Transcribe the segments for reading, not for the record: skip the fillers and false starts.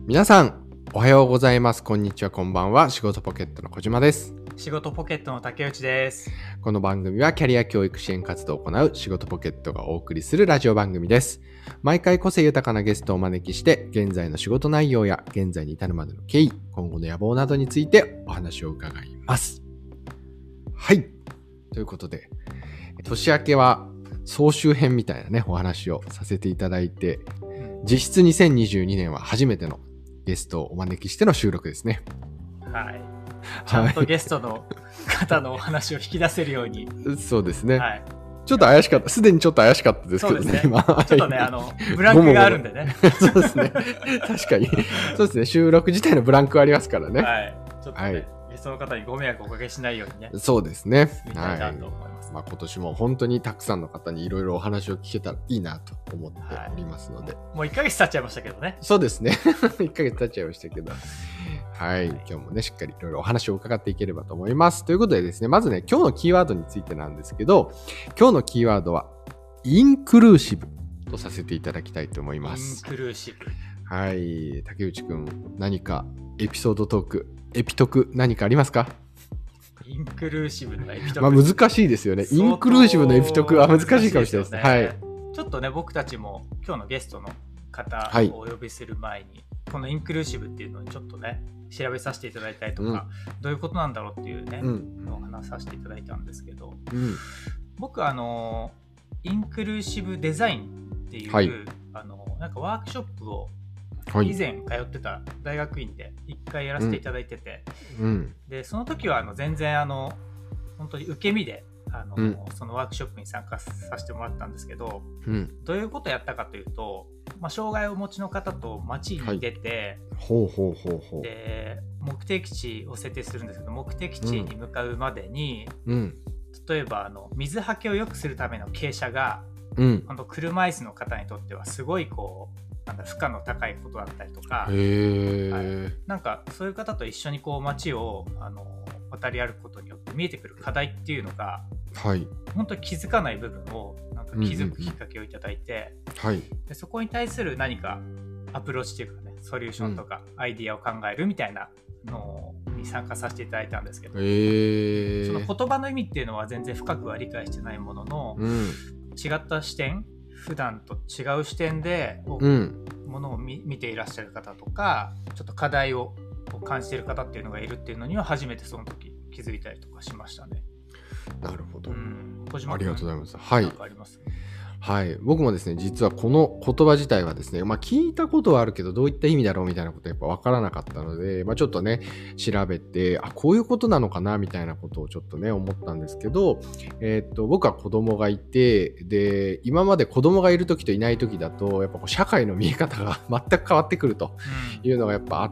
皆さん、おはようございます。こんにちは、こんばんは。仕事ポケットの小島です。 仕事ポケットの竹内です。 この番組はキャリア教育支援活動を行う仕事ポケットがお送りするラジオ番組です。毎回個性豊かなゲストをお招きして、現在の仕事内容や現在に至るまでの経緯、今後の野望などについてお話を伺います。はい。ということで、年明けは総集編みたいなね、お話をさせていただいて、実質2022年は初めてのゲストをお招きしての収録ですね。 はい。ちゃんとゲストの方のお話を引き出せるように。 そうですね。 はい。 ちょっと怪しかった。すでにちょっと怪しかったですけど ね。今ちょっとね、ブランクがあるんでね。 そうですね。確かに。そうですね。収録自体のブランクはありますからね。 はい。ちょっとね、ゲストの方にご迷惑をおかけしないようにね。 そうですね。 みたいなと思います。 今年も本当にたくさんの方にいろいろお話を聞けたらいいなと思っておりますので。 もう1ヶ月経っちゃいましたけどね。 そうですね。1ヶ月経っちゃいましたけど。はい。今日もね、しっかりいろいろお話を伺っていければと思います。ということでですね、まずね、今日のキーワードについてなんですけど、今日のキーワードは、インクルーシブとさせていただきたいと思います。 インクルーシブ。 はい。竹内くん、何かエピソードトーク、エピトク何かありますか？ インクルーシブのエピトク。 まあ難しいですよね。インクルーシブのエピトクは難しいかもしれないですね。はい。 ちょっとね、僕たちも今日のゲストの方をお呼びする前に、このインクルーシブっていうのをちょっとね、調べさせていただいたりとか、どういうことなんだろうっていうね、のを話させていただいたんですけど、僕インクルーシブデザインっていう、なんかワークショップを以前通ってた大学院で一回やらせていただいてて、でその時は全然本当に受け身でそのワークショップに参加させてもらったんですけど、どういうことをやったかというと、障害をお持ちの方と街に出て、で目的地を設定するんですけど、目的地に向かうまでに、例えば水はけを良くするための傾斜が、本当車椅子の方にとってはすごい負荷の高いことだったりとか、なんかそういう方と一緒に街を渡り歩くことによって見えてくる課題っていうのが、本当に気づかない部分をなんか気づくきっかけをいただいて、でそこに対する何かアプローチというかね、ソリューションとかアイディアを考えるみたいなのに参加させていただいたんですけど、その言葉の意味っていうのは全然深くは理解してないものの、違った視点、普段と違う視点でものを見ていらっしゃる方とか、ちょっと課題を感じている方っていうのがいるっていうのには初めてその時気づいたりとかしましたね。 なるほど。 小島君、 ありがとうございます。はい。 何かあります？ はい。僕もですね、実はこの言葉自体はですね、聞いたことはあるけど、どういった意味だろうみたいなことやっぱ分からなかったので、ちょっとね、調べて、こういうことなのかなみたいなことをちょっとね、思ったんですけど、僕は子供がいて、で、今まで子供がいる時といない時だと、やっぱ社会の見え方が全く変わってくるというのがやっぱあって、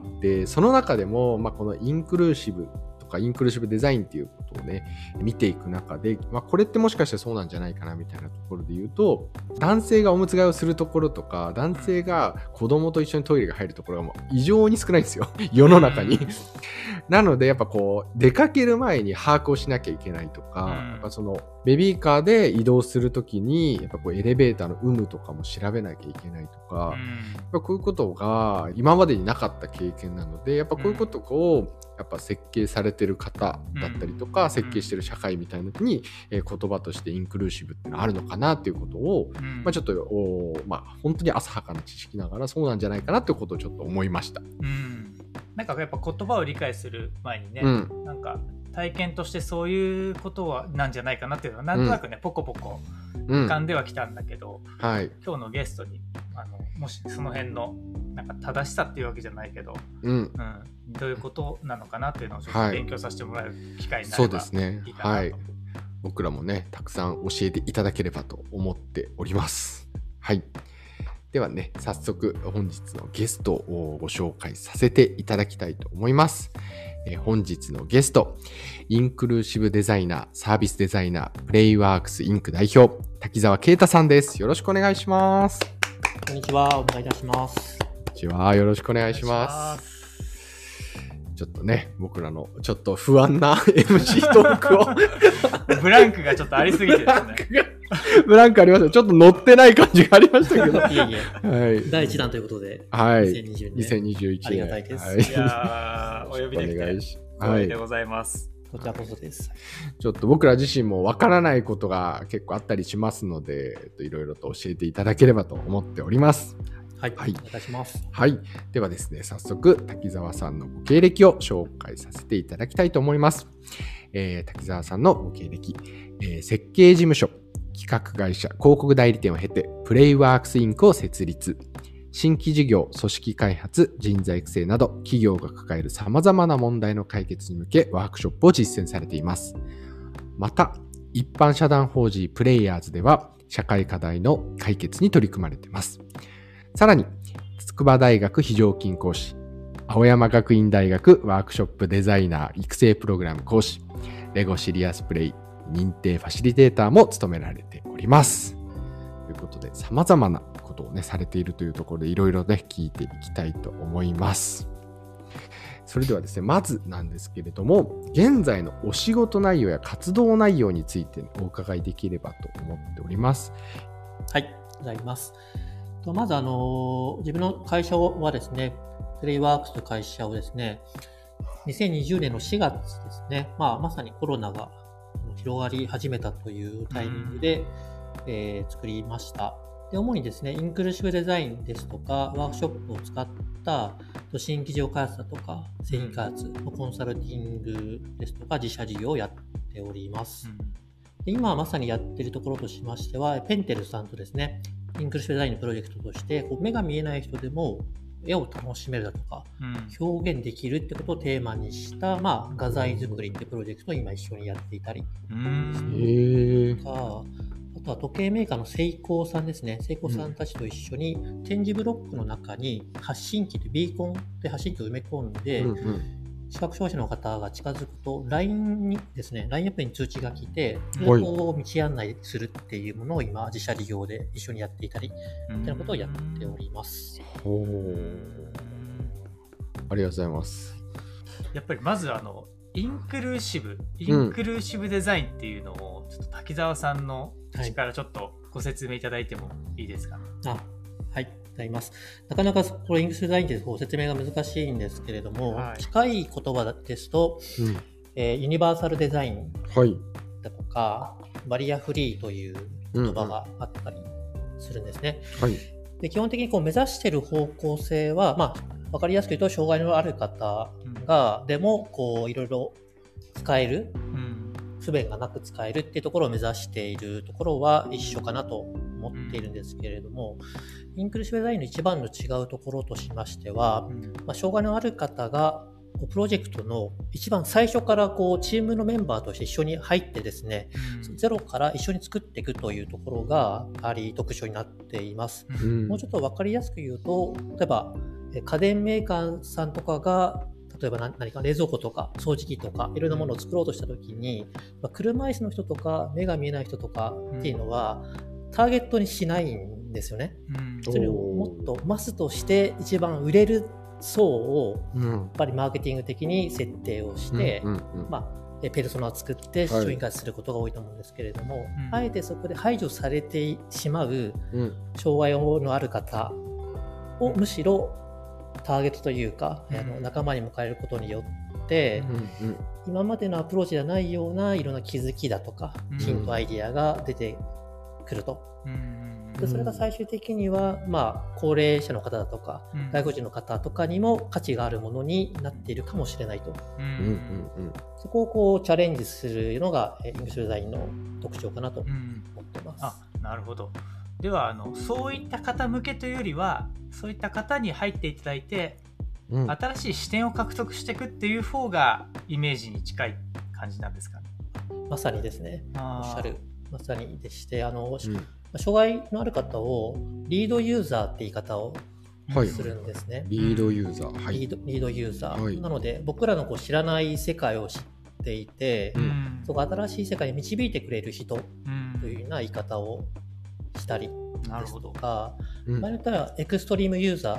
その中でも、このインクルーシブとかインクルーシブデザインっていうことをね、見ていく中で、これってもしかしてそうなんじゃないかなみたいなところで言うと、男性がおむつ替えをするところとか、男性が子供と一緒にトイレが入るところがもう異常に少ないんですよ、世の中に。なのでやっぱ出かける前に把握をしなきゃいけないとか、やっぱそのベビーカーで移動するときにやっぱエレベーターの有無とかも調べなきゃいけないとか、やっぱこういうことが今までになかった経験なので、やっぱこういうことをやっぱ設計されてる方だったりとか、設計してる社会みたいなのに、言葉としてインクルーシブってのあるのかなっていうことを、ちょっと本当に浅はかな知識ながらそうなんじゃないかなっていうことをちょっと思いました。 なんかやっぱ言葉を理解する前にね、なんか体験としてそういうことはなんじゃないかなっていうのはなんとなくね、ポコポコ浮かんではきたんだけど、今日のゲストにもしその辺のなんか正しさっていうわけじゃないけど、どういうことなのかなっていうのをちょっと勉強させてもらう機会になればいいかなと。そうですね。 僕らもね、たくさん教えていただければと思っております。はい。ではね、早速本日のゲストをご紹介させていただきたいと思います。本日のゲスト、インクルーシブデザイナー、サービスデザイナー、プレイワークスインク代表、滝沢啓太さんです。よろしくお願いします。 こんにちは、お願いいたします。 こんにちは、よろしくお願いします。 ちょっとね、僕らのちょっと不安な MC トークをブランクがちょっとありすぎてですね。 ブランクありました。ちょっと乗ってない感じがありましたけど。 いえいえ。 はい。 第1弾ということで。 はい。 2021年。ありがたいです。 はい、 いやー、お呼びできて光栄でございます。 こちらこそです。 ちょっと僕ら自身もわからないことが結構あったりしますので、いろいろと教えていただければと思っております。 はい、はい、お願いします。 はい。ではですね、早速、滝沢さんのご経歴を紹介させていただきたいと思います。滝沢さんのご経歴、設計事務所、企画会社、広告代理店を経て、プレイワークスインクを設立。新規事業、組織開発、人材育成など、企業が抱える様々な問題の解決に向け、ワークショップを実践されています。また、一般社団法人プレイヤーズでは、社会課題の解決に取り組まれています。さらに、筑波大学非常勤講師、青山学院大学ワークショップデザイナー育成プログラム講師、レゴシリアスプレイ認定ファシリテーターも務められております。ということで、様々なことをね、されているというところで、いろいろね、聞いていきたいと思います。それではですね、まずなんですけれども、現在のお仕事内容や活動内容についてお伺いできればと思っております。 はい、ございます。まず自分の会社はですね、プレイワークスという会社をですね、2020年の4月ですね、まさにコロナが広がり始めたというタイミングで、作りました。で、主にですね、インクルーシブデザインですとか、ワークショップを使った新規事業開発だとか、製品開発のコンサルティングですとか、自社事業をやっております。で、今まさにやっているところとしましては、ペンテルさんとですね、インクルーシブデザインのプロジェクトとして、目が見えない人でも絵を楽しめるだとか、表現できるってことをテーマにした、画材作りってプロジェクトを今一緒にやっていたりとか、あとは時計メーカーのセイコーさんですね。セイコーさんたちと一緒に展示ブロックの中に発信機でビーコンで発信機を埋め込んで、視覚障害者の方が近づくと LINE にですね、LINE アプリに通知が来て、方向を道案内するっていうものを今自社事業で一緒にやっていたり、みたいなことをやっております。 ありがとうございます。 やっぱりまずインクルーシブデザインっていうのをちょっと滝沢さんの口からちょっとご説明いただいてもいいですかね。 はい、ございます。なかなかこれインクルーシブデザインって説明が難しいんですけれども、近い言葉ですと、ユニバーサルデザインだとか、バリアフリーという言葉があったりするんですね。で、基本的に目指している方向性は、わかりやすく言うと、障害のある方が、でもいろいろ使える、不便がなく使えるっていうところを目指しているところは一緒かなと思っているんですけれども、インクルーシブデザインの一番の違うところとしましては、障害のある方がプロジェクトの一番最初からチームのメンバーとして一緒に入ってですね、ゼロから一緒に作っていくというところがやはり特徴になっています。もうちょっと分かりやすく言うと、例えば家電メーカーさんとかが例えば何か冷蔵庫とか掃除機とかいろんなものを作ろうとしたときに、車椅子の人とか目が見えない人とかっていうのはターゲットにしないんですよね。それをもっとマスとして一番売れる層をやっぱりマーケティング的に設定をして、ペルソナを作って商品開発することが多いと思うんですけれども、あえてそこで排除されてしまう障害のある方をむしろターゲットというか、仲間に迎えることによって、今までのアプローチではないようないろんな気づきだとか、ヒントアイディアが出てくると。でそれが最終的には、高齢者の方だとか、外国人の方とかにも価値があるものになっているかもしれないと。そこをチャレンジするのがインクルーシブデザインの特徴かなと思ってます。 なるほど。ではそういった方向けというよりは、そういった方に入っていただいて、新しい視点を獲得していくっていう方がイメージに近い感じなんですかね。 まさにですね。おっしゃるまさにでして、障害のある方をリードユーザーって言い方をするんですね。 リードユーザー、 リードユーザー、なので僕らの知らない世界を知っていて、そこ新しい世界に導いてくれる人というような言い方をしたりですとか、場合によってはエクストリームユーザ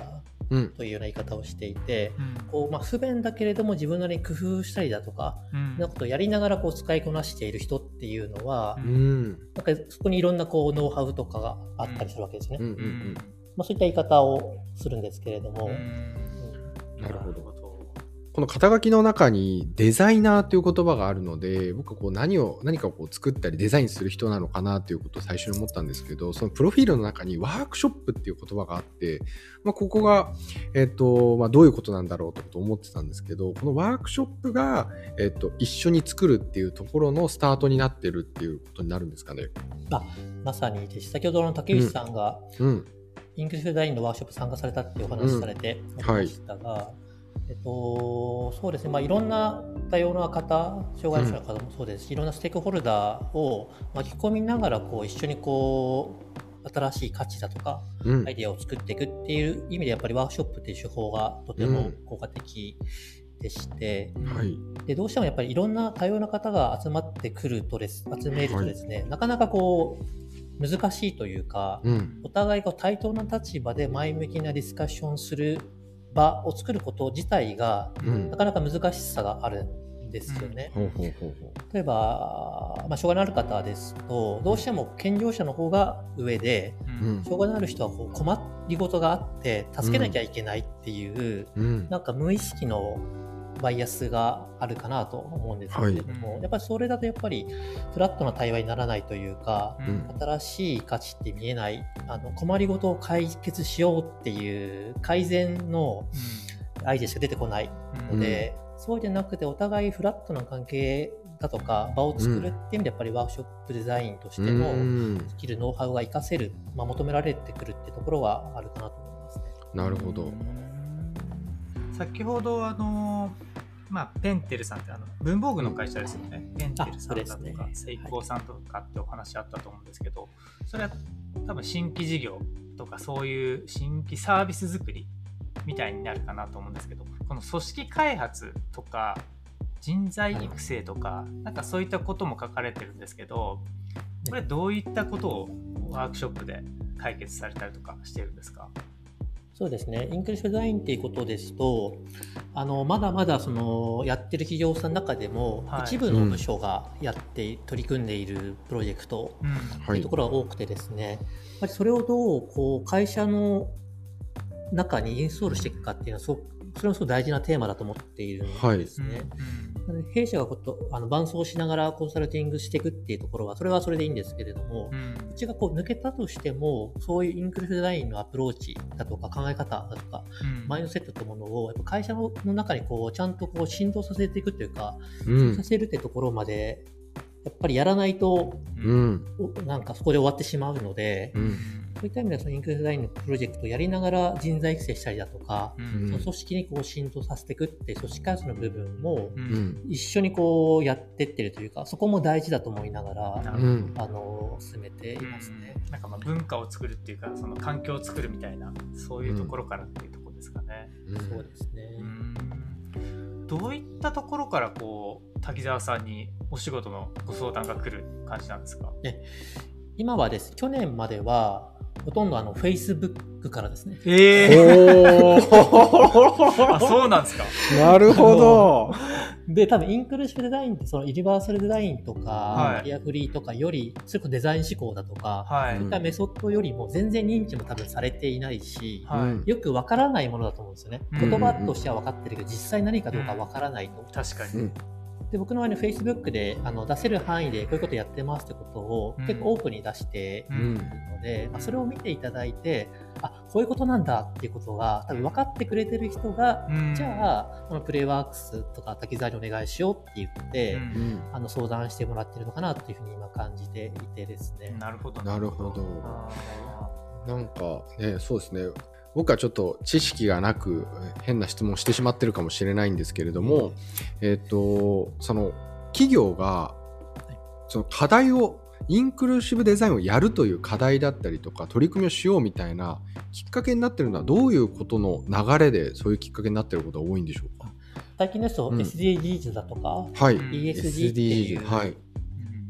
というような言い方をしていて、こう不便だけれども自分なりに工夫したりだとか、なことをやりながらこう使いこなしている人っていうのは、なんかそこにいろんなこうノウハウとかがあったりするわけですね。そういった言い方をするんですけれども。 なるほど。この肩書きの中にデザイナーという言葉があるので、僕はこう何かこう作ったりデザインする人なのかなということを最初に思ったんですけど、そのプロフィールの中にワークショップっていう言葉があって、ここが、どういうことなんだろうと思ってたんですけど、このワークショップが、一緒に作るっていうところのスタートになってるっていうことになるんですかね。 まさにです。先ほどの竹内さんが、インクルーシブデザインのワークショップ参加されたっていうお話されてましたが、そうですね、いろんな多様な方、障害者の方もそうですし、いろんなステークホルダーを巻き込みながらこう一緒にこう新しい価値だとか、アイデアを作っていくっていう意味でやっぱりワークショップっていう手法がとても効果的でして、でどうしてもやっぱりいろんな多様な方が集まってくると集めるとですね、なかなかこう難しいというか、お互いが対等な立場で前向きなディスカッションする場を作ること自体が、なかなか難しさがあるんですよね。例えば、障害のある方ですとどうしても健常者の方が上で、障害のある人はこう困りごとがあって助けなきゃいけないっていう、なんか無意識のバイアスがあるかなと思うんですけれども、やっぱりそれだとやっぱりフラットな対話にならないというか、新しい価値って見えない、困りごとを解決しようっていう改善のアイデアしか出てこないので、そうじゃなくてお互いフラットな関係だとか場を作るっていう意味でやっぱりワークショップデザインとしてのスキル、ノウハウが活かせる、求められてくるっていうところはあるかなと思いますね。 なるほど。 先ほどペンテルさんって文房具の会社ですよね。ペンテルさんだとか、セイコーさんとかってお話あったと思うんですけど、それは多分新規事業とかそういう新規サービス作りみたいになるかなと思うんですけど、この組織開発とか人材育成とか、なんかそういったことも書かれてるんですけど、これどういったことをワークショップで解決されたりとかしてるんですか？ そうですね、インクルーシブデザインっていうことですと、まだまだそのやってる企業さんの中でも、一部の部署が取り組んでいるプロジェクトというところが多くてですね、やっぱりそれをどうこう会社の中にインストールしていくかっていうのはそれもすごく大事なテーマだと思っているんですね。弊社が伴走しながらコンサルティングしていくっていうところはそれはそれでいいんですけれども、うちがこう抜けたとしてもそういうインクルーシブデザインのアプローチだとか考え方だとか、マインドセットというものをやっぱ会社の中にこうちゃんとこう浸透させていくというか、させるってところまでやっぱりやらないと、なんかそこで終わってしまうので、そういった意味ではそのインクルーシブデザインのプロジェクトをやりながら人材育成したりだとか、その組織にこう浸透させていくって組織開発の部分も一緒にこうやってってるというか、そこも大事だと思いながら、進めていますね。 なんか文化を作るっていうか、その環境を作るみたいな、そういうところからっていうところですかね。 そうですね。 どういったところからこう滝沢さんにお仕事のご相談が来る感じなんですか？ 今はです、去年まではほとんどFacebook からですね。 そうなんですか。 なるほど。 で、多分インクルーシブデザインってそのユニバーサルデザインとか、エアフリーとかより、それこそデザイン思考だとか、そういったメソッドよりも全然認知も多分されていないし、よくわからないものだと思うんですよね。言葉としては分かってるけど、実際何かどうかわからないと。 確かに。 で僕の場合に Facebook で出せる範囲でこういうことやってますってことを結構オープンに出しているので、それを見ていただいて、こういうことなんだっていうことが多分分かってくれてる人が、じゃあこのプレイワークスとか滝沢にお願いしようって言って、相談してもらってるのかなっていうふうに今感じていてですね。 なるほど。 なるほど。なんかね、そうですね。僕はちょっと知識がなく変な質問をしてしまってるかもしれないんですけれども、その企業がその課題をインクルーシブデザインをやるという課題だったりとか取り組みをしようみたいなきっかけになっているのはどういうことの流れでそういうきっかけになっていることが多いんでしょうか？ 最近ですと SDGs だとか、ESG っていう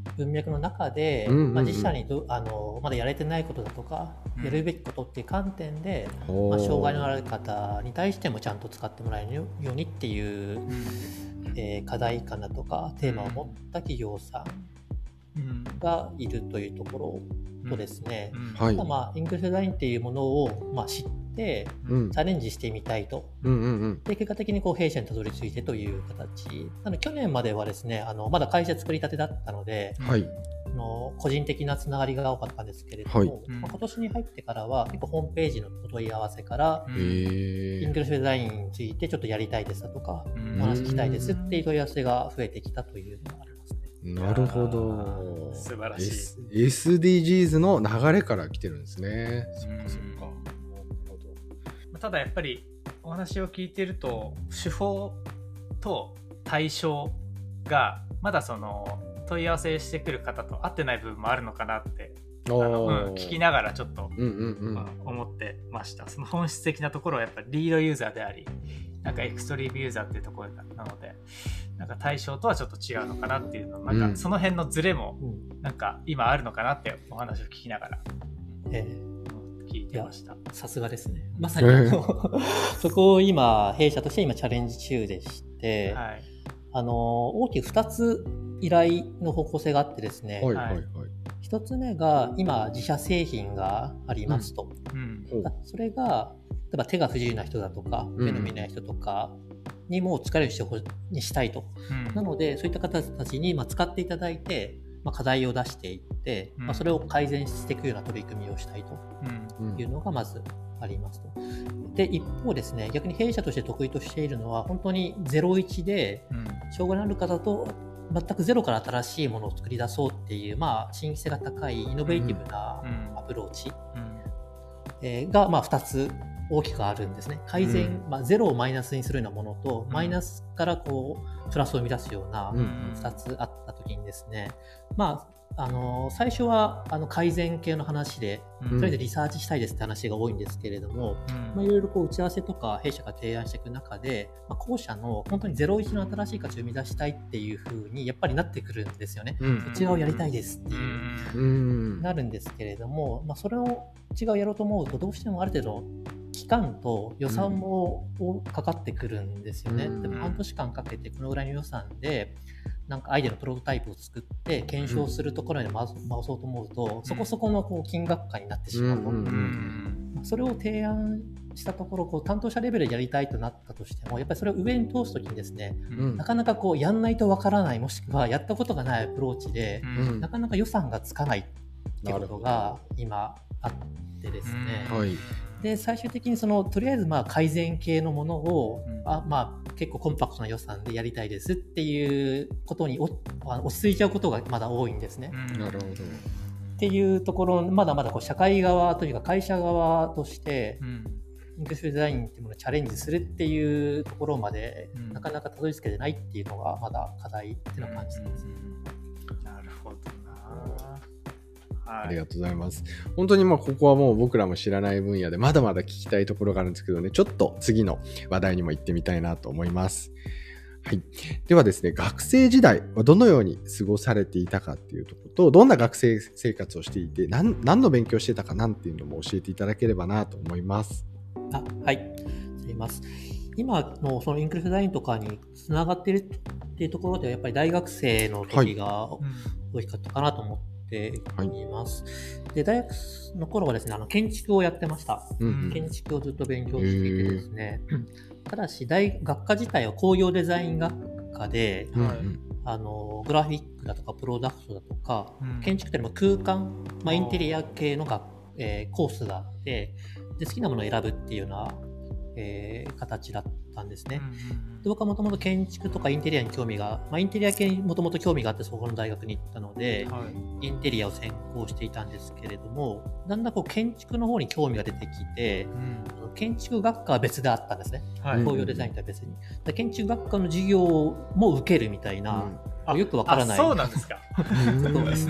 文脈の中で、自社にまだやれてないことだとか、やるべきことっていう観点で、障害のある方に対してもちゃんと使ってもらえるようにっていう、課題感だとかテーマを持った企業さんがいるというところとですね、ただインクルーシブデザインっていうものを知ってチャレンジしてみたいと、で結果的に弊社にたどり着いてという形なので、去年まではですねまだ会社作りたてだったので、個人的なつながりが多かったんですけれども、今年に入ってからは結構ホームページのお問い合わせから、インクルーシブデザインについてちょっとやりたいですだとか、お話聞きたいですっていう問い合わせが増えてきたというのがありますね。 なるほど。 素晴らしい。 SDGs の流れから来てるんですね。そっかそっか。 ただやっぱりお話を聞いてると、手法と対象がまだその問い合わせしてくる方と合ってない部分もあるのかなって聞きながらちょっと思ってました。その本質的なところはやっぱりリードユーザーであり、なんかエクストリームユーザーっていうところなので、なんか対象とはちょっと違うのかなっていうの、なんかその辺のズレもなんか今あるのかなってお話を聞きながら聞いてました。 さすがですね。まさにそこを今弊社として今チャレンジ中でして、大きく2つ依頼の方向性があってですね、1つ目が今自社製品がありますと、それが例えば手が不自由な人だとか目の見えない人とかにも使えるようにしたいと、なのでそういった方たちに使っていただいて、課題を出していって、それを改善していくような取り組みをしたいというのがまずありますと。で一方ですね、逆に弊社として得意としているのは本当に01で、障害のある方と全くゼロから新しいものを作り出そうっていう、新規性が高いイノベーティブなアプローチが2つ大きくあるんですね。改善、ゼロをマイナスにするようなものと、マイナスからプラスを生み出すような2つあった時にですね、最初は改善系の話で、とりあえずリサーチしたいですって話が多いんですけれども、いろいろ打ち合わせとか弊社が提案していく中で、後者の本当に01の新しい価値を生み出したいっていう風にやっぱりなってくるんですよね。そっち側をやりたいですっていうなるんですけれども、それを違うやろうと思うとどうしてもある程度期間と予算もかかってくるんですよね。でも半年間かけてこのぐらいの予算でなんかアイデアのプロトタイプを作って検証するところに回そうと思うと、そこそこの金額感になってしまうと、それを提案したところ担当者レベルでやりたいとなったとしても、やっぱりそれを上に通すときにですね、なかなかやんないとわからない、もしくはやったことがないアプローチで、なかなか予算がつかないってことが今あってですね、で最終的にとりあえず改善系のものを、結構コンパクトな予算でやりたいですっていうことに落ち着いちゃうことがまだ多いんですね。 なるほど。 っていうところ、まだまだ社会側というか会社側として、インクルーシブデザインっていうものをチャレンジするっていうところまで、なかなかたどり着けてないっていうのがまだ課題っていうのを感じてます。 なるほどな。 ありがとうございます。本当にここはもう僕らも知らない分野でまだまだ聞きたいところがあるんですけどね、ちょっと次の話題にも行ってみたいなと思います。はい。ではですね、学生時代はどのように過ごされていたかっていうところと、どんな学生生活をしていて、何の勉強してたかなんていうのも教えていただければなと思います。 はい。すいます。今のそのインクルーシブデザインとかにつながっているっていうところではやっぱり大学生の時が大きかったかなと思っています。で大学の頃はですね、建築をやってました。建築をずっと勉強していてですね、ただし学科自体は工業デザイン学科で、グラフィックだとかプロダクトだとか、建築っていうのも空間、インテリア系のコースがあって、で好きなものを選ぶっていうような形だったんですね。で僕はもともと建築とかインテリアに興味が、インテリア系にもともと興味があってそこの大学に行ったので、インテリアを専攻していたんですけれども、だんだん建築の方に興味が出てきて、建築学科は別であったんですね。工業デザインとは別に。建築学科の授業も受けるみたいな、よくわからない。 そうなんですか。 そうですね。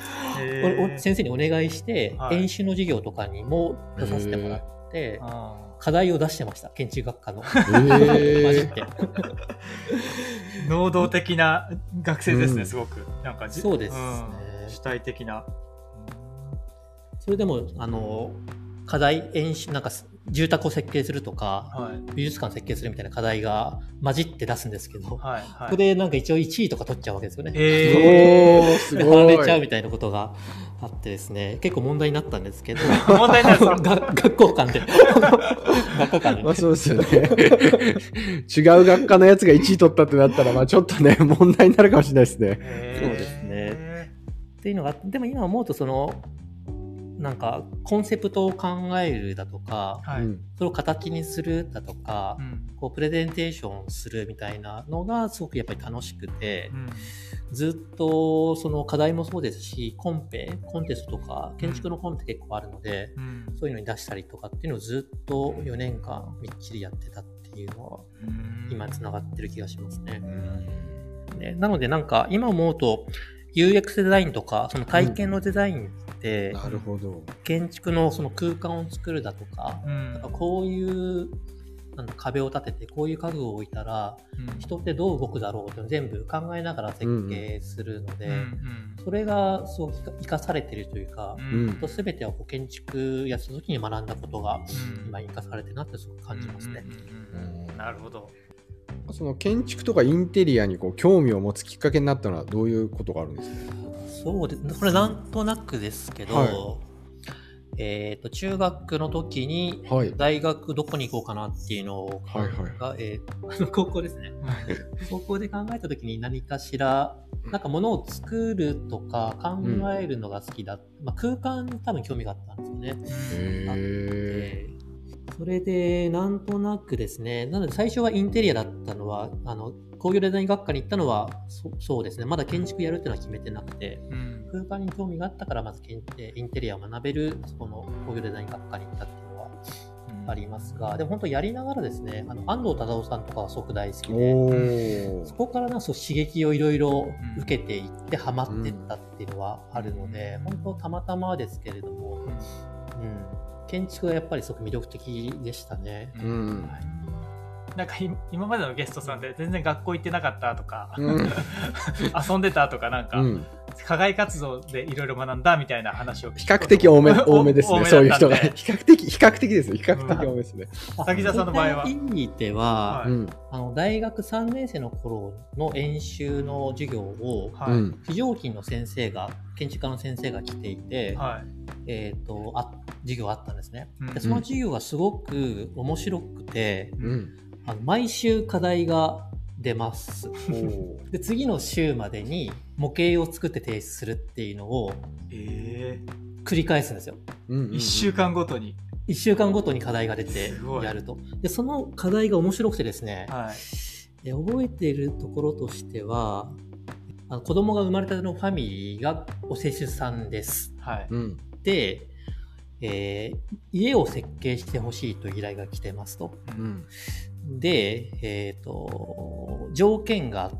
先生にお願いして、演習の授業とかにも出させてもらって、 課題を出してました、建築学科の。マジって能動的な学生ですね、すごく。なんかそうですね、 主体的な。 それでも課題なんか住宅を設計するとか、はい、美術館設計するみたいな課題が混じって出すんですけど、はいはい、ここでなんか一応1位とか取っちゃうわけですよね。 すごい。 貼られちゃうみたいなことがあってですね、結構問題になったんですけど問題になった学校間で学科間で、 まあそうですよね違う学科のやつが1位取ったってなったら、まあちょっとね問題になるかもしれないですね。 そうですね。っていうのが、でも今思うとなんかコンセプトを考えるだとか、はい、それを形にするだとか、こうプレゼンテーションするみたいなのがすごくやっぱり楽しくて、ずっとその課題もそうですし、コンテストとか建築のコンテ結構あるので、そういうのに出したりとかっていうのをずっと4年間みっちりやってたっていうのは今つながってる気がしますね。なのでなんか今思うとUX デザインとかその体験のデザインってなるほど、 建築のその空間を作るだとか、なんかこういう壁を立ててこういう家具を置いたら人ってどう動くだろうっていうのを全部考えながら設計するので、それがすごく生かされているというか、全ては建築やった時に学んだことが今生かされてるなってすごく感じますね。 なるほど。 その建築とかインテリアに興味を持つきっかけになったのはどういうことがあるんですか？ そうですね、これなんとなくですけど、はい、中学の時に大学どこに行こうかなっていうのが、高校ですね高校で考えた時に何かしらなんか物を作るとか考えるのが好きだ、空間に多分興味があったんですよね。それでなんとなくですね、なので最初はインテリアだったのは工業デザイン学科に行ったのはそうですね、まだ建築やるっていうのは決めてなくて、空間に興味があったからまずインテリアを学べるその工業デザイン学科に行ったっていうのはありますが、でも本当やりながらですね、安藤忠雄さんとかはすごく大好きで、そこから刺激をいろいろ受けていってハマっていったっていうのはあるので、本当たまたまですけれども、建築はやっぱりすごく魅力的でしたね。 なんか今までのゲストさんで全然学校行ってなかったとか、遊んでたとか、なんか、課外活動でいろいろ学んだみたいな話を比較的多めですね。そういう人が比較的ですよ。比較的多めですね。 滝沢さんの場合は、 意味では、大学3年生の頃の演習の授業を、非常勤の先生が建築家の先生が来ていて、授業あったんですね。でその授業がすごく面白くて、毎週課題が出ますで次の週までに模型を作って提出するっていうのを繰り返すんですよ。 1週間ごとに 1週間ごとに課題が出てやると。でその課題が面白くてですね、覚えているところとしては、子供が生まれたてのファミリーがお施主さんです。で、家を設計してほしいという依頼が来てますと。で、条件があって、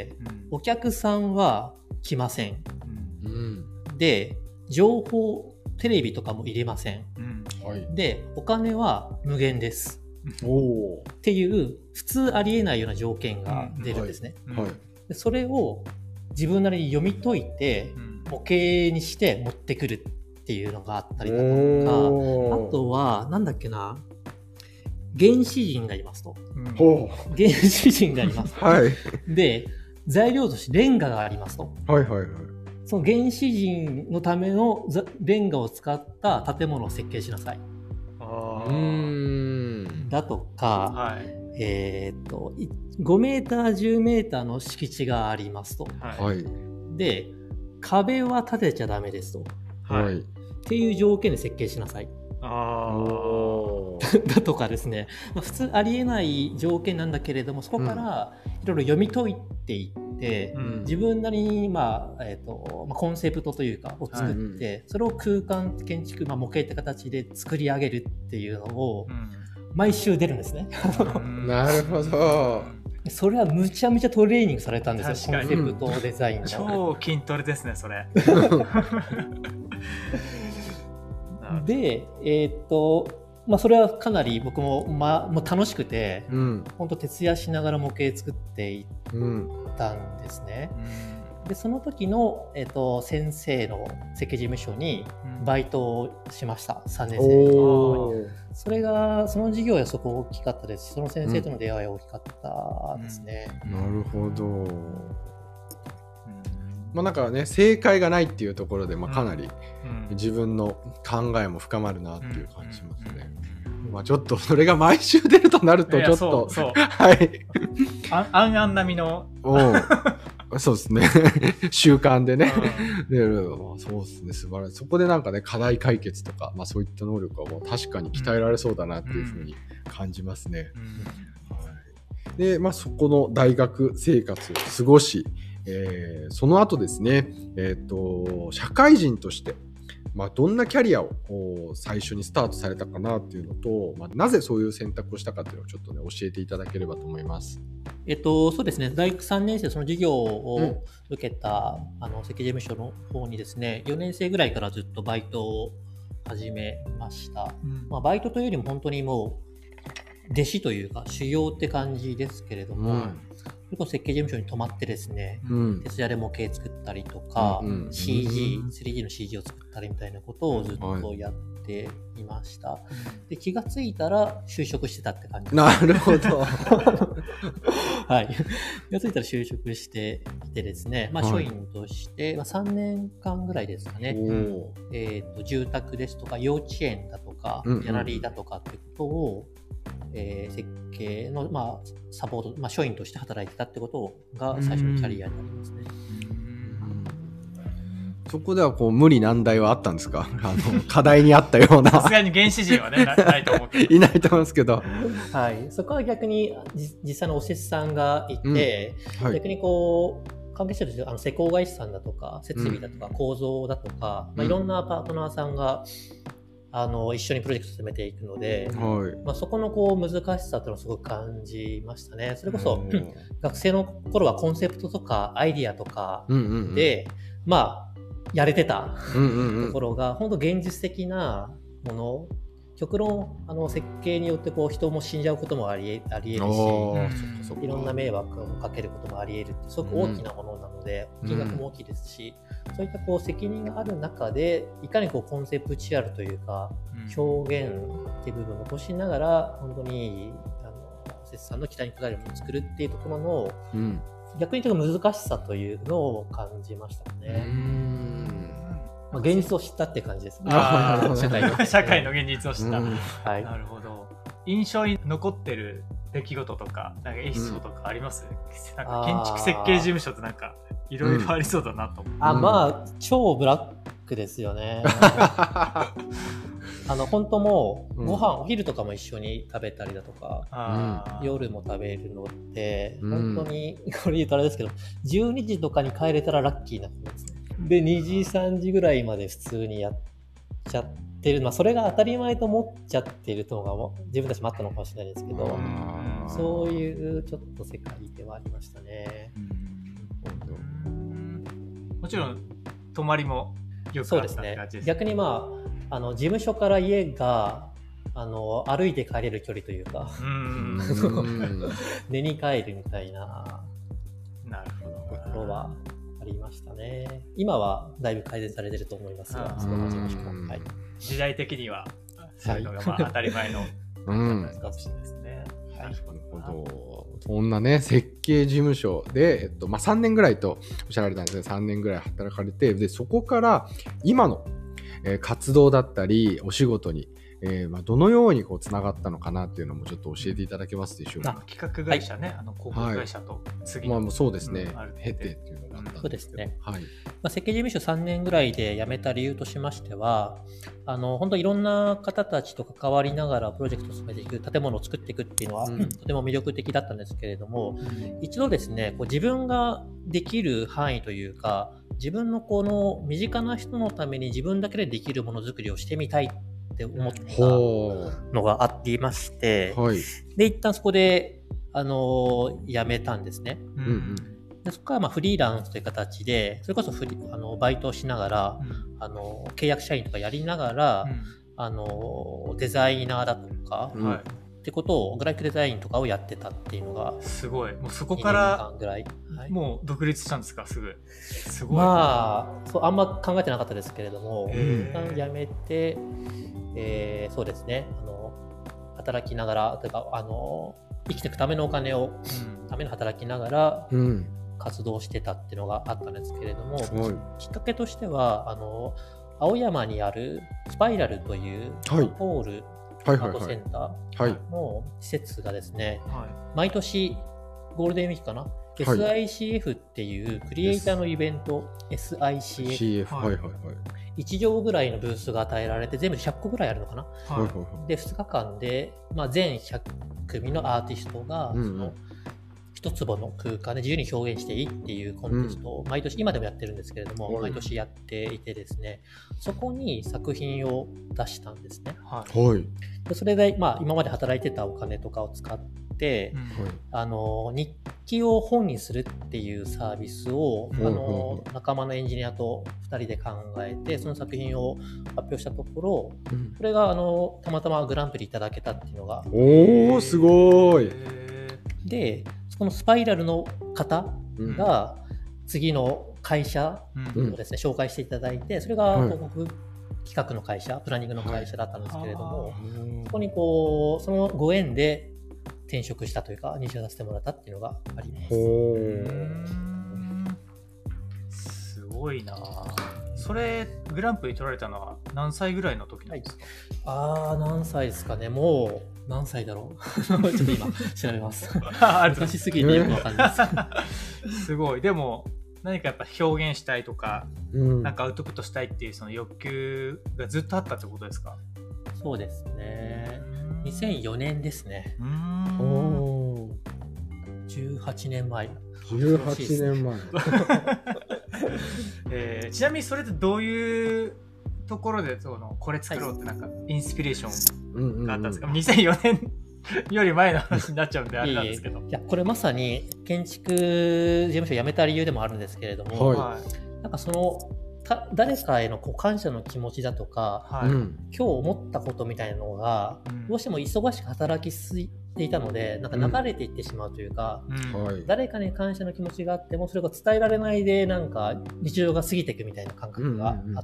お客さんは来ません。で、情報、テレビとかも入れません。で、お金は無限です。っていう普通ありえないような条件が出るんですね。でそれを自分なりに読み解いて、模型にして持ってくるっていうのがあったりだとか、あとはなんだっけな、原始人がいますと。原始人がいますと。で、材料としてレンガがありますと。その原始人のためのレンガを使った建物を設計しなさい。だとか、5メーター10メーターの敷地がありますと。で、壁は建てちゃダメですと。っていう条件で設計しなさい。だとかですね、普通ありえない条件なんだけれども、そこからいろいろ読み解いていって、自分なりに、コンセプトというかを作って、それを空間建築、模型って形で作り上げるっていうのを毎週出るんですね。 なるほど。 それはむちゃむちゃトレーニングされたんですよ、コンセプトデザインの。 超筋トレですね、それ。 それはかなり僕も、もう楽しくて、本当徹夜しながら模型作っていったんですね。でその時の、先生の設計事務所にバイトをしました、3年生。その授業はそこ大きかったですし、その先生との出会いは大きかったですね。 なるほど。なんかね、正解がないっていうところで、かなり自分の考えも深まるなっていう感じしますね。ちょっとそれが毎週出るとなるとちょっとはいあん並みのそうですね習慣でねそうですね、素晴らしい。そこでなんかね、課題解決とか、そういった能力はもう確かに鍛えられそうだなっていうふうに感じますね。で、そこの大学生活を過ごし、その後ですね、社会人として、どんなキャリアを最初にスタートされたかなっていうのと、なぜそういう選択をしたかっていうのをちょっとね、教えていただければと思います。 そうですね、大学3年生その授業を受けた、設計事務所の方にですね、4年生ぐらいからずっとバイトを始めました。バイトというよりも本当にもう弟子というか修行って感じですけれども、それこそ設計事務所に泊まってですね、徹夜で模型作ったりとか、3D の CG を作ったりみたいなことをずっとやっていました。で、気がついたら就職してたって感じです。 なるほど。 はい。気がついたら就職していてですね、署員として、3年間ぐらいですかね、住宅ですとか幼稚園だとか、ギャラリーだとかってことを、設計の、サポート、署員として働いてたってことが最初のキャリアになりますね。 そこでは無理難題はあったんですか？課題にあったような。 さすがに原始人はね、ないと思うけど。 いないと思うんですけど。 はい。そこは逆に実際のお施主さんがいて、逆に関係者として施工会社さんだとか、設備だとか、構造だとか、いろんなパートナーさんが一緒にプロジェクトを進めていくので、そこの難しさというのをすごく感じましたね。それこそ学生の頃はコンセプトとかアイディアとかで、やれてたところが本当現実的なもの、極論設計によって人も死んじゃうこともあり得るし、いろんな迷惑をかけることもあり得るってすごく大きなものなので、金額も大きいですし、そういった責任がある中でいかにコンセプチュアルというか、表現っていう部分を残しながら本当に施主さんの期待に応えるものを作るっていうところの、逆にちょっと難しさというのを感じましたね。現実を知ったって感じですね。 社会の現実を知った。なるほど。印象に残ってる出来事とか、エピソードとかあります？建築設計事務所っていろいろありそうだなと思って。超ブラックですよね。本当もうご飯、お昼とかも一緒に食べたりだとか、夜も食べるのって本当にこれ言うとあれですけど、12時とかに帰れたらラッキーなことですね。で2時3時ぐらいまで普通にやっちゃってる、それが当たり前と思っちゃってるのが自分たちもあったのかもしれないですけど、そういうちょっと世界ではありましたね。 もちろん泊まりもよくあったって感じですね。 逆に事務所から家が歩いて帰れる距離というか寝に帰るみたいなところはありましたね。今はだいぶ改善されてると思いますが、その事務所も、 時代的にはそういうのが当たり前のかもしれないですね。 なるほど。そんなね、設計事務所で、3年ぐらいとおっしゃられたんですね。3年ぐらい働かれて、でそこから今の活動だったりお仕事に、どのようにつながったのかなっていうのもちょっと教えていただけますでしょうか。 企画会社ね、広告会社と次の、 そうですね、経てっていうのがあったんですけど。 そうですね。設計事務所3年ぐらいで辞めた理由としましては、本当いろんな方たちと関わりながらプロジェクトを進めていく、建物を作っていくっていうのは、とても魅力的だったんですけれども、一度ですね、自分ができる範囲というか、自分の身近な人のために自分だけでできるものづくりをしてみたいって思ったのがありまして、で一旦そこで辞めたんですね。でそこからフリーランスという形で、それこそバイトをしながら、契約社員とかやりながら、 デザイナーだとか、ってことをグラフィックデザインとかをやってたっていうのがすごい。もうそこからぐらい、 もう独立したんですか？すごい。 そうあんま考えてなかったですけれども、一旦辞めて、そうですね、働きながらというか生きていくためのお金を、ための働きながら活動してたっていうのがあったんですけれども、きっかけとしては青山にあるスパイラルというホールアートセンターの施設がですね、毎年ゴールデンウィークかな、SICF っていうクリエイターのイベント、SICF、1畳ぐらいのブースが与えられて、全部で100個ぐらいあるのかな、で2日間で、全100組のアーティストがその一坪の空間で自由に表現していいっていうコンテストを毎年、今でもやってるんですけれども、毎年やっていてですね、そこに作品を出したんですね。でそれで、今まで働いてたお金とかを使って、日記を本にするっていうサービスを、仲間のエンジニアと2人で考えて、その作品を発表したところ、これがたまたまグランプリいただけたっていうのが。 すごい。 でこのスパイラルの方が次の会社をですね、紹介していただいて、それが広告企画の会社、プランニングの会社だったんですけれども、そこにそのご縁で転職したというか入社させてもらったっていうのがあります。 すごいな。それグランプリ取られたのは何歳ぐらいの時なんですか？ 何歳ですかね。もう何歳だろうちょっと今調べます昔すぎてよくわかんないですすごい。でも何かやっぱ表現したいとか、なんかアウトプットしたいっていうその欲求がずっとあったってことですか？ そうですね。2004年ですね。18年前。 18年前ちなみにそれってどういうところでこれ作ろうってなんかインスピレーションがあったんですか？2004年より前の話になっちゃうんであれなんですけど。 いやこれまさに建築事務所を辞めた理由でもあるんですけれども、なんか誰かへの感謝の気持ちだとか、今日思ったことみたいなのが、どうしても忙しく働きすぎていたので、なんか流れていってしまうというか、誰かに感謝の気持ちがあってもそれが伝えられないでなんか日常が過ぎていくみたいな感覚があって、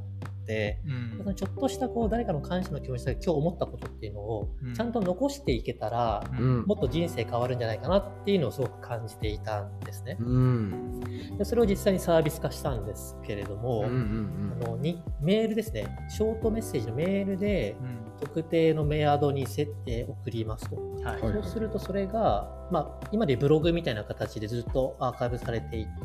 ちょっとした誰かの感謝の気持ちで今日思ったことっていうのをちゃんと残していけたら、もっと人生変わるんじゃないかなっていうのをすごく感じていたんですね。でそれを実際にサービス化したんですけれども、メールですね、ショートメッセージのメールで特定のメアドに送りますと、そうするとそれが、今でブログみたいな形でずっとアーカイブされていって、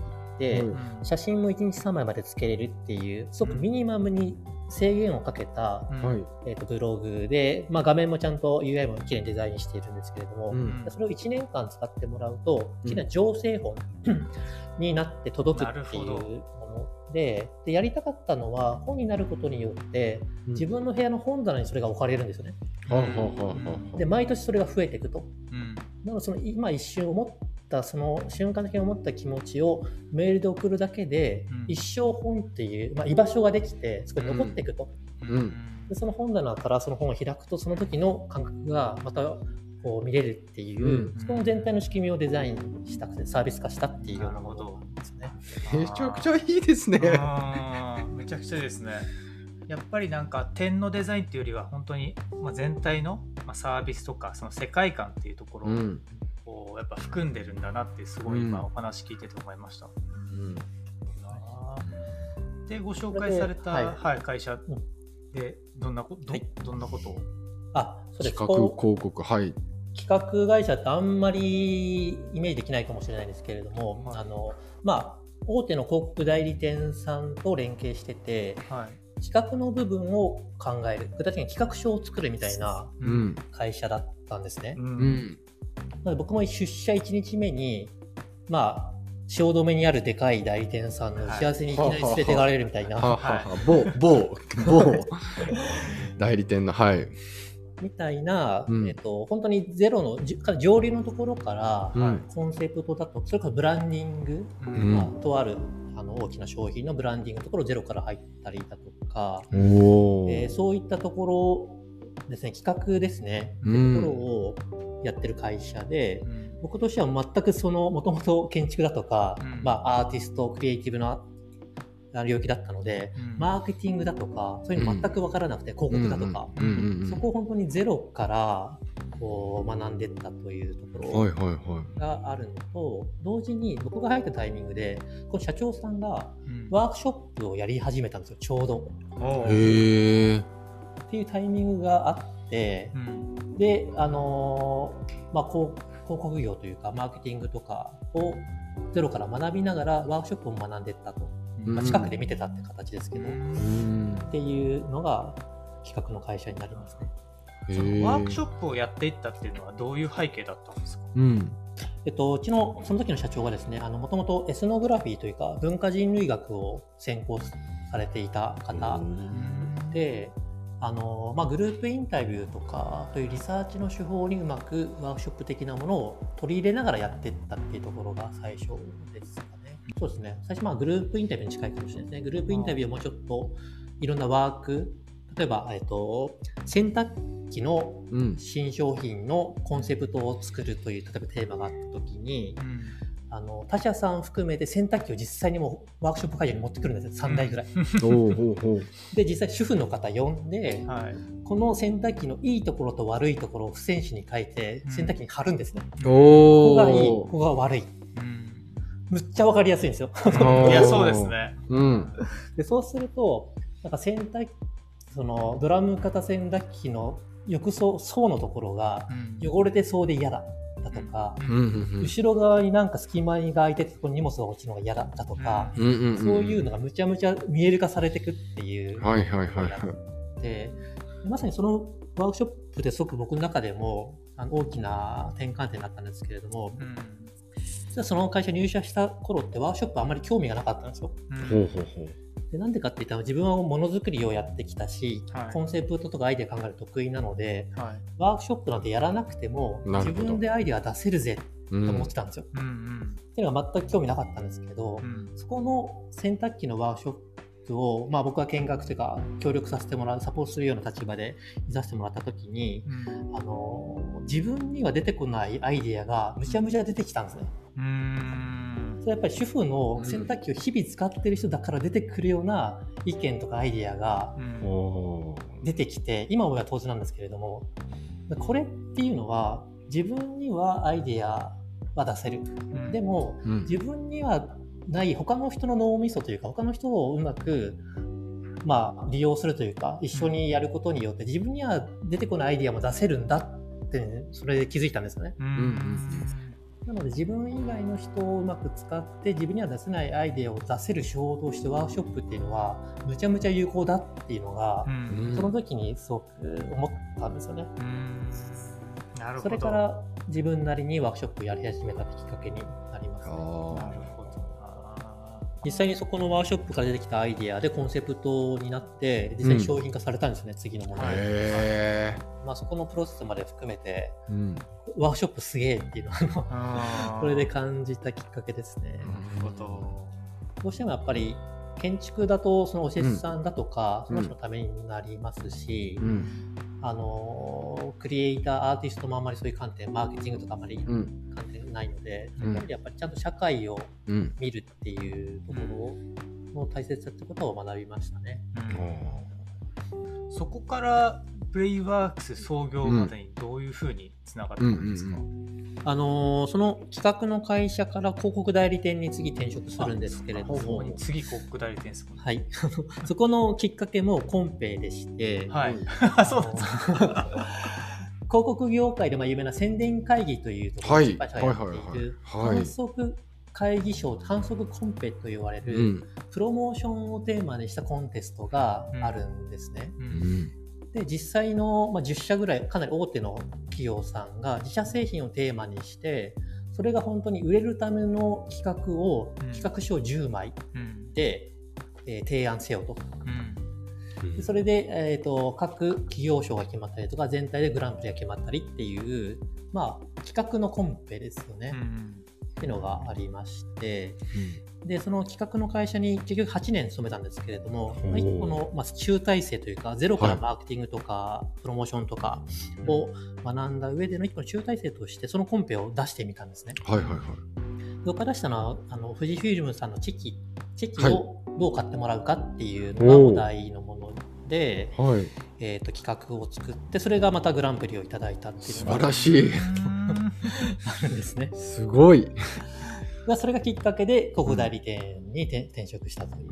写真も1日3枚までつけれるっていうすごくミニマムに制限をかけた、ブログで、画面もちゃんと UI もきれいにデザインしているんですけれども、それを1年間使ってもらうときれいな情勢本になって届くっていうもので、やりたかったのは本になることによって自分の部屋の本棚にそれが置かれるんですよね。で毎年それが増えていくと、なので今一瞬思ったその瞬間的に思った気持ちをメールで送るだけで、一生本っていう、居場所ができてそこに残っていくと、でその本棚からその本を開くとその時の感覚がまた見れるっていう、その全体の仕組みをデザインしたくてサービス化したっていうようなものですね。 めちゃくちゃいいですね。 めちゃくちゃいいですね。やっぱりなんか点のデザインっていうよりは本当に全体のサービスとかその世界観っていうところをやっぱ含んでるんだなってすごい今お話聞いてて思いました。でご紹介された会社でどんなことを？ そうです。 企画広告、企画会社ってあんまりイメージできないかもしれないですけれども、大手の広告代理店さんと連携してて、企画の部分を考える、具体的に企画書を作るみたいな会社だったんですね。なので僕も出社1日目に汐留にあるでかい代理店さんの打ち合わせにいきなり連れてがられるみたいな、 某代理店のみたいな、本当にゼロの上流のところから、コンセプトだとそれからブランディング、とある大きな商品のブランディングのところゼロから入ったりだとか、そういったところですね、企画ですね、っていうところをやってる会社で、僕としては全くもともと建築だとか、アーティスト、クリエイティブな領域だったので、マーケティングだとか、そういうの全く分からなくて、広告だとか、そこを本当にゼロからこう学んでいったというところがあるのと、同時に僕が入ったタイミングで、この社長さんがワークショップをやり始めたんですよ、ちょうど。っていうタイミングがあって、で、広告業というかマーケティングとかをゼロから学びながらワークショップを学んでいったと、近くで見てたって形ですけど、っていうのが企画の会社になりますね。 そのワークショップをやっていったっていうのはどういう背景だったんですか？ うちのその時の社長がですね、もともとエスノグラフィーというか文化人類学を専攻されていた方で、グループインタビューとかというリサーチの手法にうまくワークショップ的なものを取り入れながらやっていったっていうところが最初ですかね。そうですね。最初グループインタビューに近いかもしれないですね。グループインタビューをもうちょっといろんなワーク、例えば、洗濯機の新商品のコンセプトを作るという例えばテーマがあった時に、他社さん含めて洗濯機を実際にもうワークショップ会場に持ってくるんですよ、3台ぐらい。で実際主婦の方呼んで、この洗濯機のいいところと悪いところを付箋紙に書いて洗濯機に貼るんですね。ここがいい、ここが悪い。むっちゃ分かりやすいんですよ。 いや、そうですね。 でそうするとなんか洗濯機、そのドラム型洗濯機の浴槽層のところが汚れてそうで嫌だだとか、後ろ側になんか隙間が空いててそこに荷物が落ちるのが嫌だだとか、そういうのがむちゃむちゃ見える化されていくっていうのがあって、まさにそのワークショップですごく僕の中でも大きな転換点になったんですけれども、実はその会社入社した頃ってワークショップあんまり興味がなかったんですよ。でなんでかって言ったら自分はものづくりをやってきたし、コンセプトとかアイデア考える得意なので、ワークショップなんてやらなくても自分でアイデア出せるぜと思ってたんですよ。っていうのが全く興味なかったんですけど、そこの洗濯機のワークショップを、僕は見学というか協力させてもらう、サポートするような立場で見させてもらった時に、自分には出てこないアイデアがむちゃむちゃ出てきたんですね。それやっぱり主婦の洗濯機を日々使ってる人だから出てくるような意見とかアイデアが出てきて、今は当然なんですけれども、これっていうのは自分にはアイデアは出せる、でも自分にはない他の人の脳みそというか他の人をうまく利用するというか一緒にやることによって自分には出てこないアイデアも出せるんだって、それで気づいたんですよね。なので自分以外の人をうまく使って自分には出せないアイデアを出せる手法としてワークショップっていうのはむちゃむちゃ有効だっていうのが、その時にすごく思ったんですよね。 なるほど。 それから自分なりにワークショップをやり始めたきっかけになりますね。 なるほど。 実際にそこのワークショップから出てきたアイデアでコンセプトになって実際に商品化されたんですね、次のものが。そこのプロセスまで含めて、ワークショップすげえっていうのをこれで感じたきっかけですね。 なるほど。 どうしてもやっぱり建築だとそのお施主さんだとか、その人のためになりますし、クリエイターアーティストもあんまりそういう観点、マーケティングとかあんまり観点ないので、やっぱりちゃんと社会を見るっていうところの大切さってことを学びましたね。 そこからプレイワークス創業までにどういうふうにつながっていくんですか？ その企画の会社から広告代理店に次転職するんですけれども、 次広告代理店ですか？ はいそこのきっかけもコンペでして、 そうなんですか。 広告業界で有名な宣伝会議というところにやっている反則会議賞、反則コンペと言われる、プロモーションをテーマにしたコンテストがあるんですね。で実際の、10社ぐらいかなり大手の企業さんが自社製品をテーマにして、それが本当に売れるための企画を、企画書10枚で、提案せよと。でそれで、各企業賞が決まったりとか、全体でグランプリが決まったりっていう、企画のコンペですよね。 っていうのがありまして、でその企画の会社に結局8年勤めたんですけれども、1個の、集大成というかゼロからマーケティングとか、プロモーションとかを学んだ上での1個の集大成としてそのコンペを出してみたんですね。そこから出したのは富士フイルムさんのチェキをどう買ってもらうかっていうのがお題のもので、企画を作ってそれがまたグランプリをいただいたっていうのが素晴らしいあるんですね。 すごい。 それがきっかけで広告代理店に転職したという。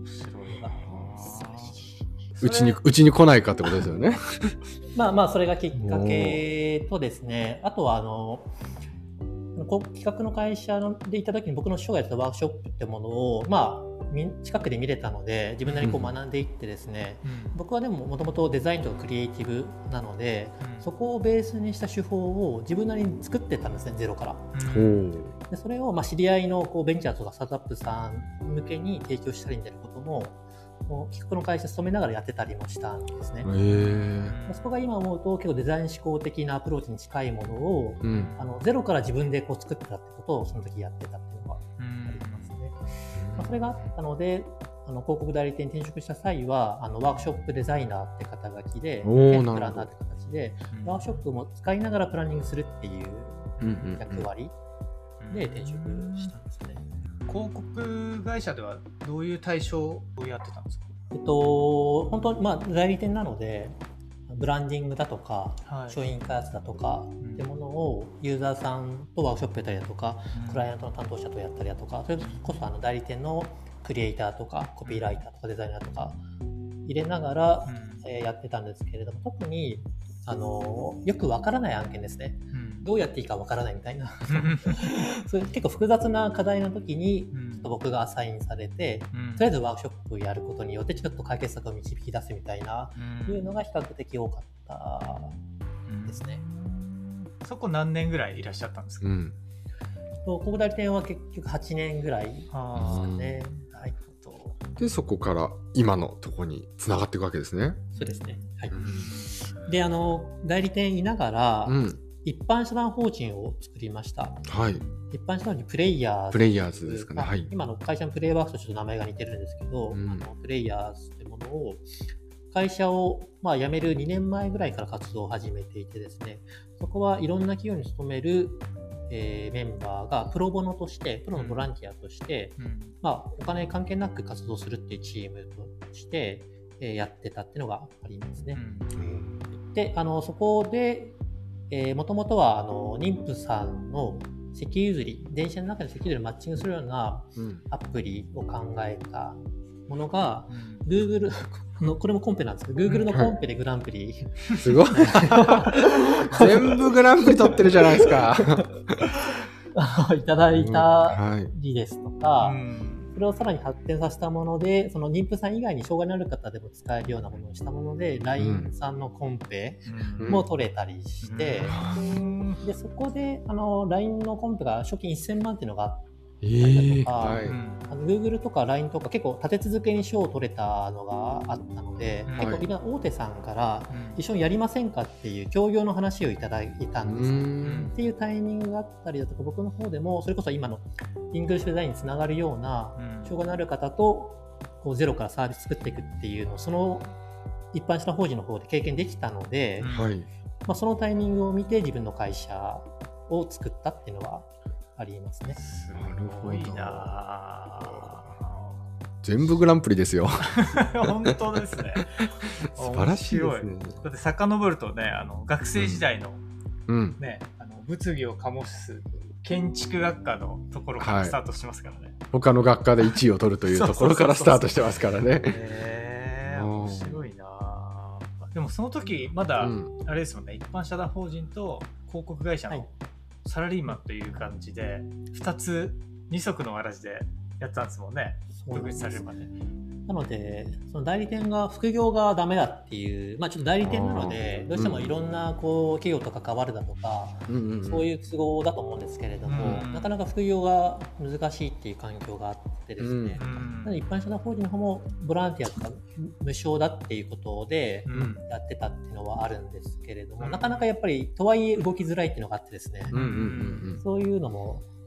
うちに来ないかってことですよね。 それがきっかけとですね、あとは企画の会社でいた時に僕の師匠がやったワークショップってものを近くで見れたので自分なりに学んでいってですね、僕はでももともとデザインとかクリエイティブなので、そこをベースにした手法を自分なりに作ってたんですね、ゼロから。でそれを知り合いのベンチャーとかスタートアップさん向けに提供したりみたいなことも企画の会社勤めながらやってたりもしたんですね。そこが今思うと結構デザイン思考的なアプローチに近いものを、ゼロから自分で作ってたってことをその時やってたっていうのがありますね。それがあったので広告代理店に転職した際はワークショップデザイナーって肩書きでプランナーって形でワークショップも使いながらプランニングするっていう役割で転職したんですね。 広告会社ではどういう対象をやってたんですか？ 本当に代理店なのでブランディングだとか、商品開発だとかってものをユーザーさんとワークショップやったりだとか、クライアントの担当者とやったりだとか、それこそ代理店のクリエイターとかコピーライターとかデザイナーとか入れながら、やってたんですけれども、特によくわからない案件ですね、どうやっていいかわからないみたいなそういう結構複雑な課題の時にちょっと僕がアサインされて、とりあえずワークショップをやることによってちょっと解決策を導き出すみたいな、いうのが比較的多かったですね。 そこ何年ぐらいいらっしゃったんですか？ 広告代理店は結局8年ぐらいですかね。 でそこから今のところに繋がっていくわけですね。 そうですね。で代理店いながら、一般社団法人を作りました。一般社団にプレイヤーズですかね。 今の会社のプレイワークとちょっと名前が似てるんですけど、プレイヤーズってものを会社を辞める2年前ぐらいから活動を始めていてですね、そこはいろんな企業に勤めるメンバーがプロボノとしてプロのボランティアとして、お金関係なく活動するっていうチームとして、やってたっていうのがありますね。でそこでもともとは妊婦さんの席譲り、電車の中で席譲りをマッチングするようなアプリを考えたものが、Google これもコンペなんですけど、Google のコンペでグランプリ、 すごい全部グランプリ取ってるじゃないですかいただいたりですとか、それをさらに発展させたもので、その妊婦さん以外に障害のある方でも使えるようなものにしたもので、LINE さんのコンペも取れたりして、でそこでLINE のコンペが賞金1000万っていうのがあったりとか、Google とか LINE とか結構立て続けに賞を取れたのがあったので、結構今大手さんから一緒にやりませんかっていう協業の話をいただいたんですっていうタイミングがあったりだとか、僕の方でもそれこそ今のイングリッシュデザインにつながるような障害のある方とゼロからサービス作っていくっていうのをその一般社団法人の方で経験できたので、そのタイミングを見て自分の会社を作ったっていうのはありますね。 なるほど。いいな。全部グランプリですよ。 本当ですね。 素晴らしいですね。 だって遡るとね、学生時代の、物議を醸す建築学科のところからスタートしてますからね。 他の学科で1位を取るというところからスタートしてますからね。 面白いな。でもその時まだあれですもんね、一般社団法人と広告会社のサラリーマンという感じで二足のわらじでやったんですもんね。独立されるまで。 なのでその代理店が副業がダメだっていう、ちょっと代理店なのでどうしてもいろんな企業と関わるだとか、そういう都合だと思うんですけれども、なかなか副業が難しいっていう環境があってですね、なので一般社団法人の方もボランティアとか無償だっていうことでやってたっていうのはあるんですけれども、なかなかやっぱりとはいえ動きづらいっていうのがあってですね、そういうのも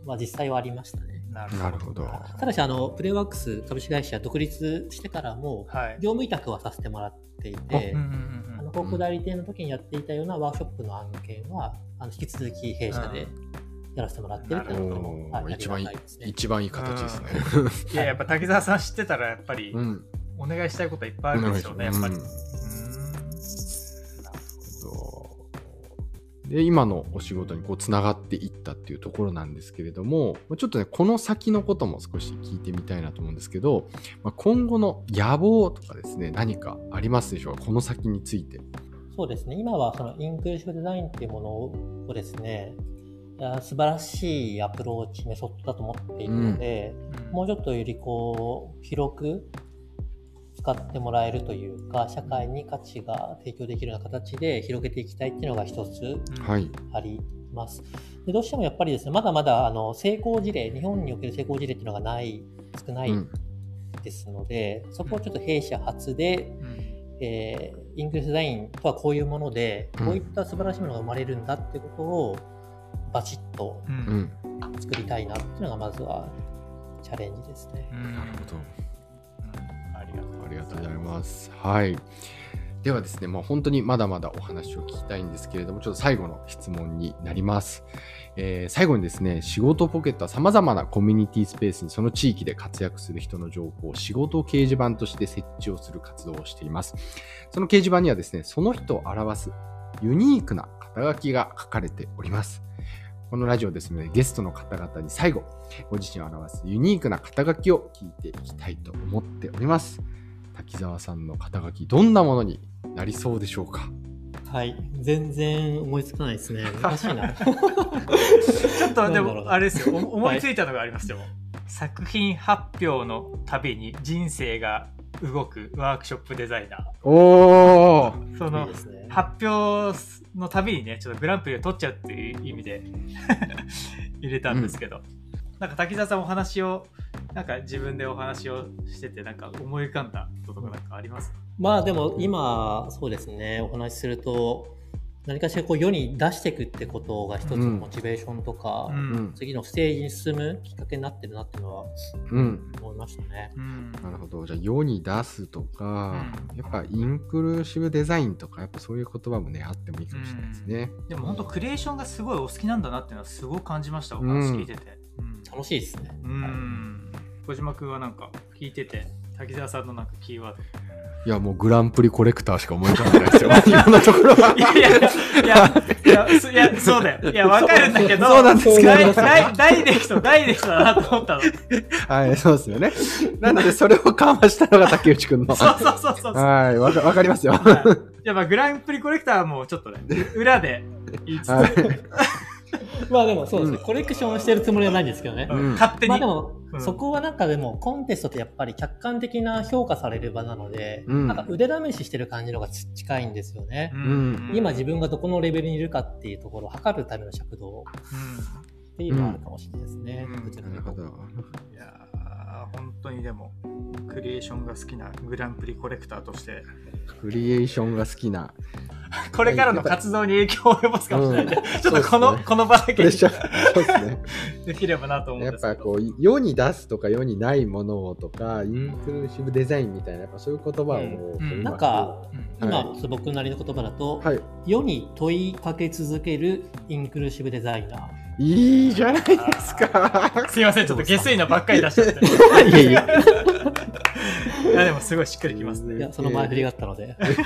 は実際はありましたね。 なるほど。 ただしプレイワークス株式会社独立してからも、業務委託はさせてもらっていて、広告代理店の時にやっていたようなワークショップの案件は引き続き弊社でやらせてもらってるっていうのも一番いい形ですね。 いや、やっぱ滝沢さん知ってたらやっぱりお願いしたいことはいっぱいあるんですよね、やっぱり。 で今のお仕事にこうつながっていったっていうところなんですけれども、ちょっとねこの先のことも少し聞いてみたいなと思うんですけど、今後の野望とかですね、何かありますでしょうか、この先について。 そうですね、今はそのインクルーシブデザインっていうものをですね、素晴らしいアプローチメソッドだと思っているので、もうちょっとよりこう広く使ってもらえるというか、社会に価値が提供できるような形で広げていきたいっていうのが一つあります。でどうしてもやっぱりですね、まだまだ成功事例、日本における成功事例っていうのが少ないですので、そこをちょっと弊社初で、インクルーシブデザインとはこういうもので、こういった素晴らしいものが生まれるんだっていうことをバチッと作りたいなっていうのがまずはチャレンジですね。 なるほど。ありがとうございます。はい。ではですね、本当にまだまだお話を聞きたいんですけれども、ちょっと最後の質問になります。最後にですね、仕事ポケットは様々なコミュニティスペースにその地域で活躍する人の情報を仕事掲示板として設置をする活動をしています。その掲示板にはですね、その人を表すユニークな肩書きが書かれております。このラジオですので、ゲストの方々に最後、ご自身を表すユニークな肩書きを聞いていきたいと思っております。滝沢さんの肩書き、どんなものになりそうでしょうか？ はい、全然思いつかないですね。難しいな。 ちょっとでもあれですよ、思いついたのがありますよ。作品発表のたびに人生が動くワークショップデザイナー。 おー、 そのいいですね、発表のたびにね、ちょっとグランプリを取っちゃうっていう意味で入れたんですけど、なんか滝沢さんお話をなんか自分でお話をしてて、なんか思い浮かんだこととかなんかあります？ でも今そうですね、お話しすると何かしらこう世に出していくってことが一つのモチベーションとか、次のステージに進むきっかけになってるなっていうのは思いましたね。 なるほど。じゃあ世に出すとか、やっぱインクルーシブデザインとか、やっぱそういう言葉もねあってもいいかもしれないですね。 でも本当クリエーションがすごいお好きなんだなっていうのはすごく感じました。お話聞いてて、 楽しいですね。 小島君はなんか聞いてて、滝沢さんのなんかキーワード。 いや、もうグランプリコレクターしか思い浮かばないですよ。今のところは。 いや、そうだよ。いや、わかるんだけど、 そうなんですか。 ダイレクトだなと思ったの。 はい、そうですよね。なので、それを緩和したのが竹内くんの。 そう。 はい、わかりますよ。 いや、グランプリコレクターはもうちょっとね、裏で言いつつ。 でもそうですね、コレクションをしてるつもりはないんですけどね。 勝手に。 でも、そこはなんかでもコンテストってやっぱり客観的な評価される場なので、なんか腕試ししてる感じのが近いんですよね。今自分がどこのレベルにいるかっていうところを測るための尺度っていうのはあるかもしれないですね。 なるほど。いや本当にでもクリエーションが好きなグランプリコレクターとして、 クリエーションが好きなこれからの活動に影響を及ぼすかもしれないので、ちょっとこの場だけそうですね。 できればなと思うんですけど、 やっぱこう世に出すとか世にないものをとか、インクルーシブデザインみたいな、やっぱそういう言葉をなんか今僕なりの言葉だと、世に問いかけ続けるインクルーシブデザイナー。 いいじゃないですか。 すいません、ちょっと下水のばっかり出しちゃって。いやでもすごいしっくりきますね。 いや、その前振りがあったので。 デ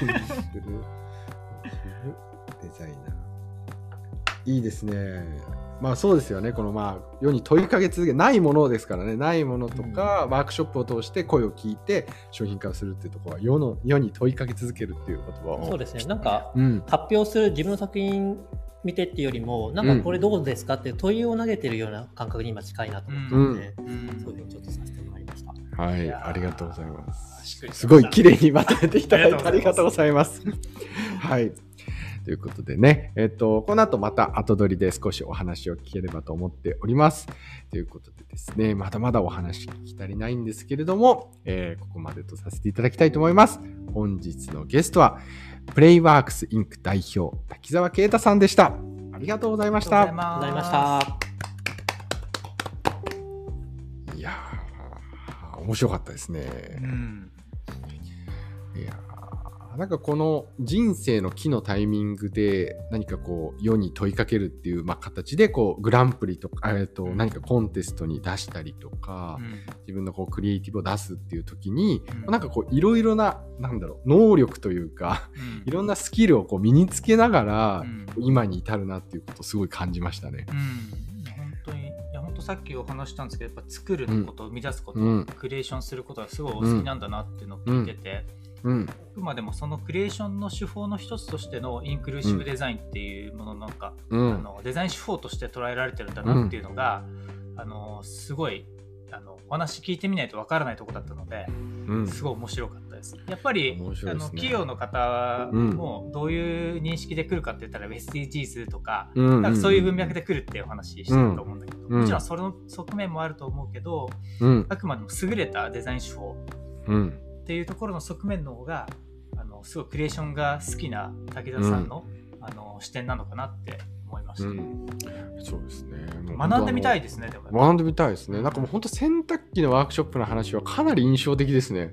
ザイナーいいですね。そうですよね。この世に問いかけ続けないものですからね。ないものとか、ワークショップを通して声を聞いて商品化をするっていうところは世に問いかけ続けるっていう言葉を。 そうですね。なんか、発表する自分の作品見てっていうよりも、なんかこれどうですかって問いを投げてるような感覚に今近いなと思ったので、そういうふうにちょっとさせてもらいました。 はい、ありがとうございます。すごい綺麗にまとめていただいてありがとうございます。はい。ということでね、この後また後取りで少しお話を聞ければと思っております。ということでですね、まだまだお話聞き足りないんですけれども、ここまでとさせていただきたいと思います。本日のゲストは、プレイワークスインク代表、滝沢啓太さんでした。ありがとうございました。 ありがとうございました。 面白かったですね。いやなんかこの人生の岐のタイミングで何かこう世に問いかけるっていう、形でこうグランプリとか、何かコンテストに出したりとか、自分のこうクリエイティブを出すっていう時に、なんかこういろいろな能力というか、いろんなスキルをこう身につけながら、今に至るなっていうことをすごい感じましたね。 本当にさっきお話したんですけど、やっぱ作ること、生み出すこと、クリエーションすることがすごいお好きなんだなっていうのを聞いてて、あくまでもそのクリエーションの手法の一つとしてのインクルーシブデザインっていうものなんか、デザイン手法として捉えられてるんだなっていうのが、すごいお話聞いてみないとわからないところだったので、すごい面白かったです。やっぱり、企業の方もどういう認識で来るかって言ったら SDGs とか、なんかそういう文脈で来るっていうお話してると思うんだけど、もちろんその側面もあると思うけど、あくまでも優れたデザイン手法っていうところの側面の方がすごいクリエーションが好きな滝沢さんの、視点なのかなって思いました。 そうですね。 学んでみたいですね。でも学んでみたいですね。なんかもう本当洗濯機のワークショップの話はかなり印象的ですね。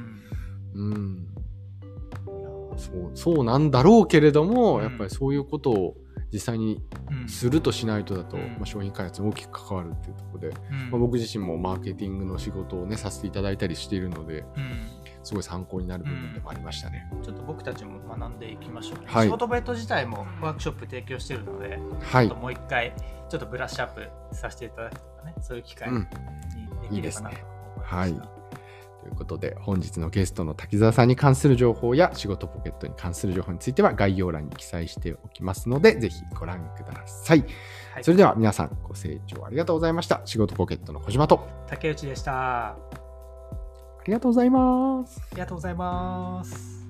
そうなんだろうけれども、やっぱりそういうことを実際にするとしないとだと、商品開発に大きく関わるっていうところで、僕自身もマーケティングの仕事をねさせていただいたりしているので、すごい参考になる部分でもありましたね。 ちょっと僕たちも学んでいきましょうね。仕事ベッド自体もワークショップ提供しているので、ちょっともう一回ちょっとブラッシュアップさせていただくとかね、そういう機会にできればなと思いました。 ということで本日のゲストの滝沢さんに関する情報や仕事ポケットに関する情報については概要欄に記載しておきますので、ぜひご覧ください。それでは皆さんご清聴ありがとうございました。仕事ポケットの小島と竹内でした。 ありがとうございます。 ありがとうございます。